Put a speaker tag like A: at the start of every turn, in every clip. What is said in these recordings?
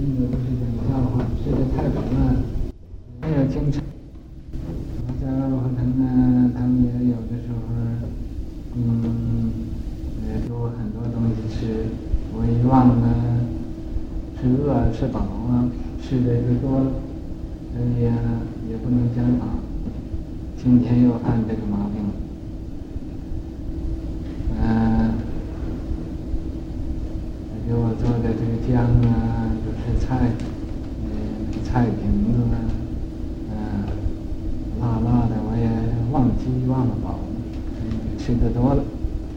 A: 听的都是讲笑话，这个太懂了，没有精神。在二胡城呢，他们也有的时候，有很多东西吃，我一忘了，吃饿吃饱啊，吃的就多了，也不能讲好。今天又犯这个毛病了。给我做的这个姜啊，就是菜，菜瓶子啊，辣辣的，我也忘了饱，吃的多了。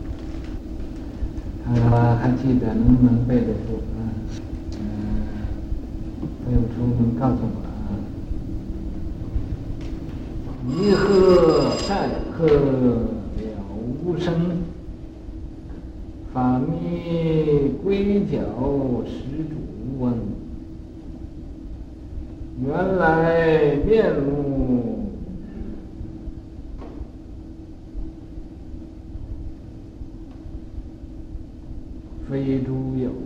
A: 看看还记得能不能背得住啊？背不出能告诉我啊。一喝再喝了无声。法迷归角施主翁，原来面目非诸有，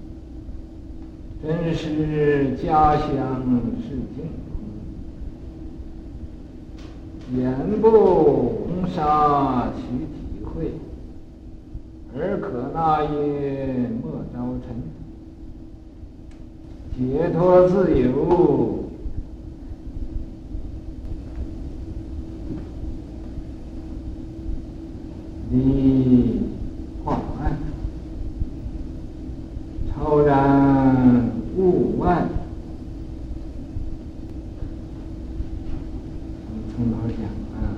A: 真是家乡是净空，言不红纱须体会。而可那夜莫招尘，解脱自由，离化岸，超然物外。从头讲啊，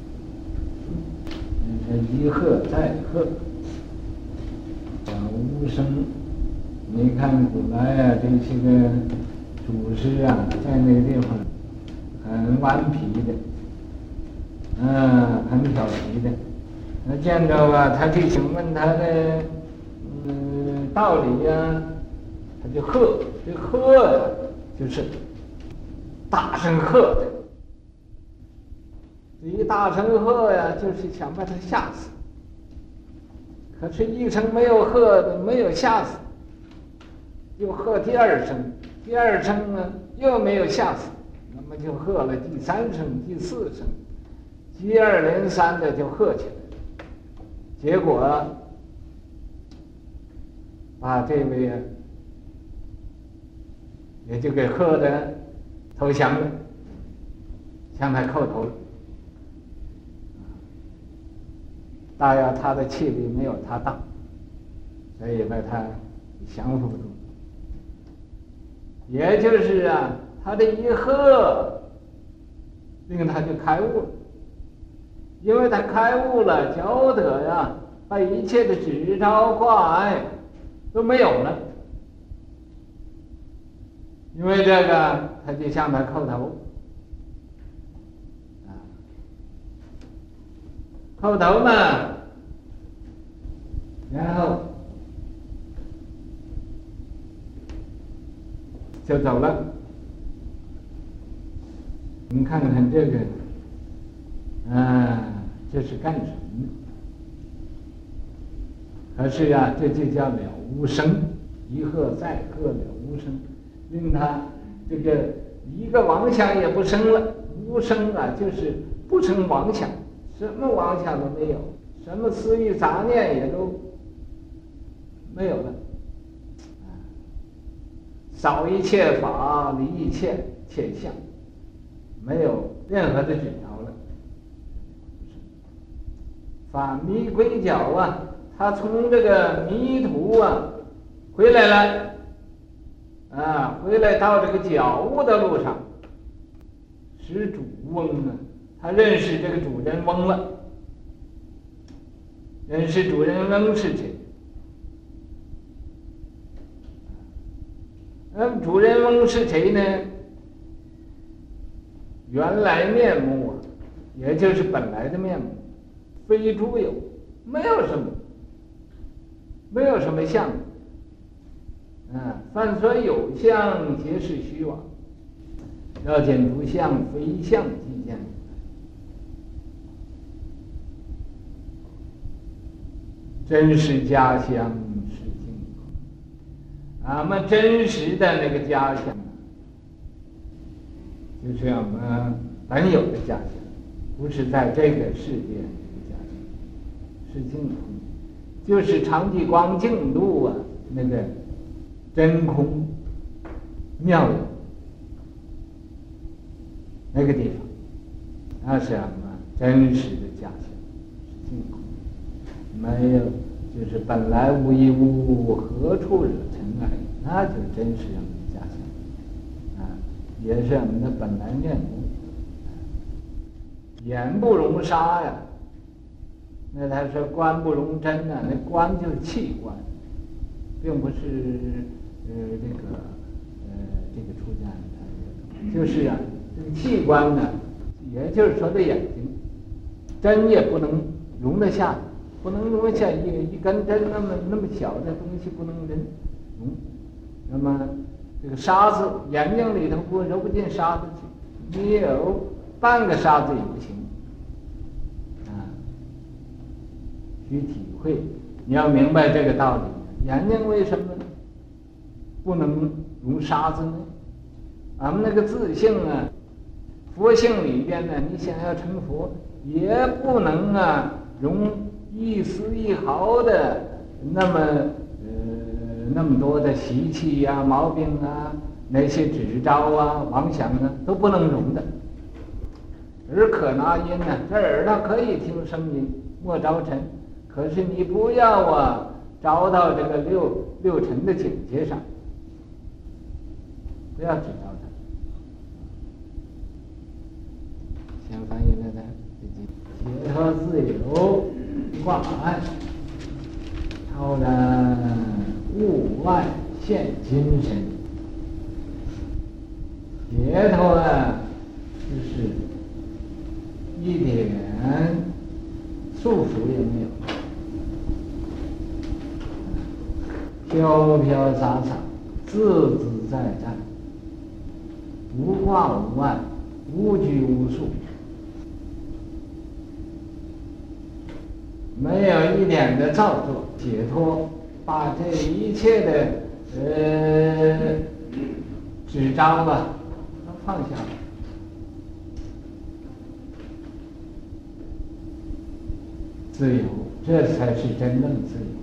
A: 一喝再喝。无声，你看古来啊，这些个祖师啊，在那个地方很顽皮的，很调皮的。那见着啊，他去请问他的道理呀，他就喝，这喝呀，就是大声喝的。一大声喝呀，就是想把他吓死。可是，一声没有喝的，没有吓死，又喝第二声，第二声呢又没有吓死，那么就喝了第三声、第四声，接二连三的就喝起来了。结果把这位也就给喝的投降了，向他叩头了。大约他的气力没有他大，所以把他降服住。也就是啊，他这一喝，令他就开悟了，因为他开悟了，觉得呀，把一切的执着挂碍都没有了。因为这个，他就向他叩头，叩头嘛，然后就走了。你们看看这个，这是干什么呢？可是呀，这就叫了无声，一喝再喝了无声，令他这个一个妄想也不生了。无声啊，就是不生妄想。什么妄想都没有，什么私欲杂念也都没有了，少一切法，离一切相，没有任何的执着了。法迷归角啊，他从这个迷途啊回来了，回来到这个觉悟的路上，施主翁啊。他认识这个主人翁了，认识主人翁是谁？主人翁是谁呢？原来面目啊，也就是本来的面目，非诸有，没有什么相。凡所有相，皆是虚妄。要见诸相，非相即见。真是家乡是净空俺们真实的那个家乡，就是我们本有的家乡，不是在这个世界这个家乡，是净空，就是常寂光净土啊，那个真空妙有那个地方，那是俺们真实的家乡，是净空，没有。就是本来无一物，何处惹尘埃？那就真是我们的家乡，啊，也是我们的本来面目。眼不容沙呀，那他说观不容真呐，那观就是器官，并不是这个出家人就是啊，这个器官呢，也就是说的眼睛，真也不能容得下。不能容下一根针那么小的东西不能容，那么这个沙子眼睛里头不揉不进沙子去，你有半个沙子也不行，啊，需体会，你要明白这个道理。眼睛为什么不能容沙子呢？俺们那个自性啊，佛性里边呢，你想要成佛，也不能啊容一丝一毫的那么多的习气呀、毛病啊、那些执着啊、妄想啊都不能容的。耳可拿音呢，这耳朵可以听声音，莫着尘。可是你不要啊着到这个六尘的境界上，不要执着它。先翻译了的，解脱自由。挂碍，超然物外现精神，解脱啊，就是一点束缚也没有，飘飘洒洒，自自在在，无挂无碍，无拘无束。没有一点的造作，解脱，把这一切的执着啊都放下了，自由，这才是真正自由。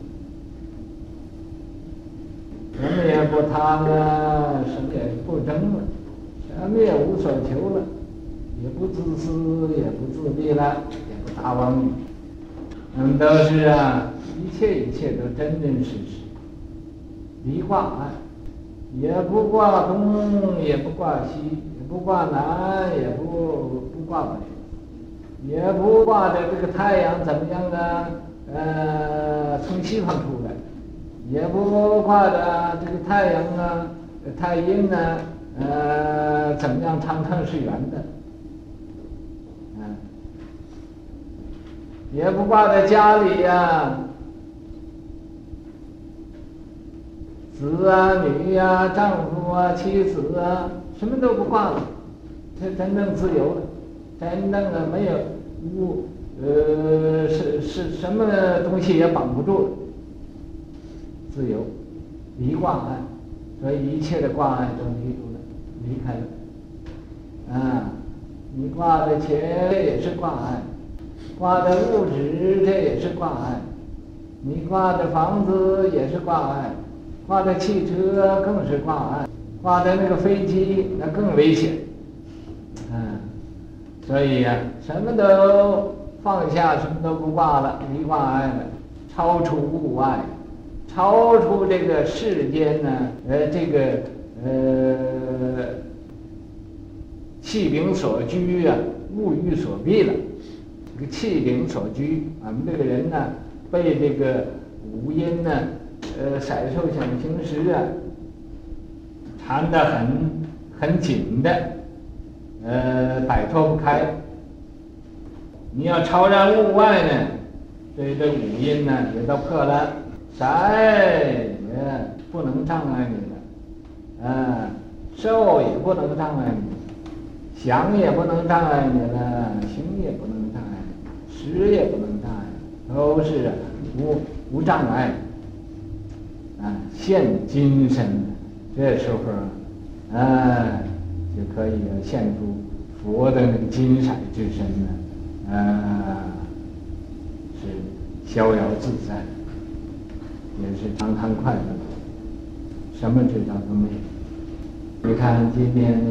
A: 什么也不贪了，什么也不争了，什么也无所求了，也不自私，也不自利了，也不大妄语。都是啊，一切都真真实实，离挂碍，也不挂东，也不挂西，也不挂南，也不挂北，也不挂的这个太阳怎么样啊？从西方出来，也不挂的这个太阳啊，太阴呢，怎么样常常是圆的。也不挂在家里呀，子啊、女呀、丈夫啊、妻子啊，什么都不挂了，这真正自由了，真正的没有是什么东西也绑不住了，自由，离挂碍，所以一切的挂碍都离住了，离开了，啊，你挂的钱这也是挂碍。挂的物质这也是挂碍，你挂的房子也是挂碍，挂的汽车更是挂碍，挂的那个飞机那更危险，所以呀，什么都放下，什么都不挂了，离挂碍了，超出物外，超出这个世间呢，气柄所居啊，物欲所蔽了。这个气柄所居，俺们这个人呢，被这个五阴呢，色受想行识啊，缠得很紧的，摆脱不开。你要超然物外呢，对这五阴呢也都破了，色也不能障碍你了，受也不能障碍你，想也不能障碍你了，行也不能障碍你，识也不能障碍，都是无障碍。 现金身，这时候就可以现出佛的那个金色之身呢，是逍遥自在，也是常常快乐，什么执着都没有。你看今天呢，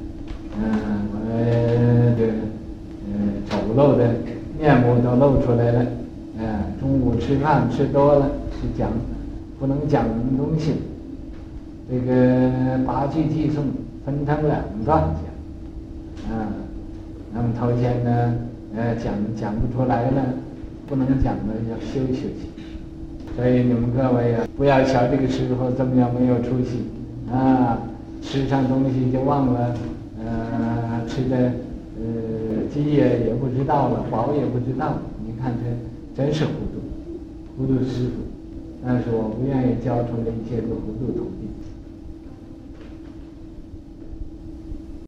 A: 我这丑陋的面目都露出来了，中午吃饭吃多了，是讲不能讲东西，这个八句偈颂分成两段讲，那么头前呢，讲不出来了，不能讲了，要休息。所以你们各位不要瞧这个时候这么样没有出息吃上东西就忘了，吃的饥也不知道了，饱也不知道。你看这真是糊涂师傅。但是我不愿意教出来一些个糊涂徒弟。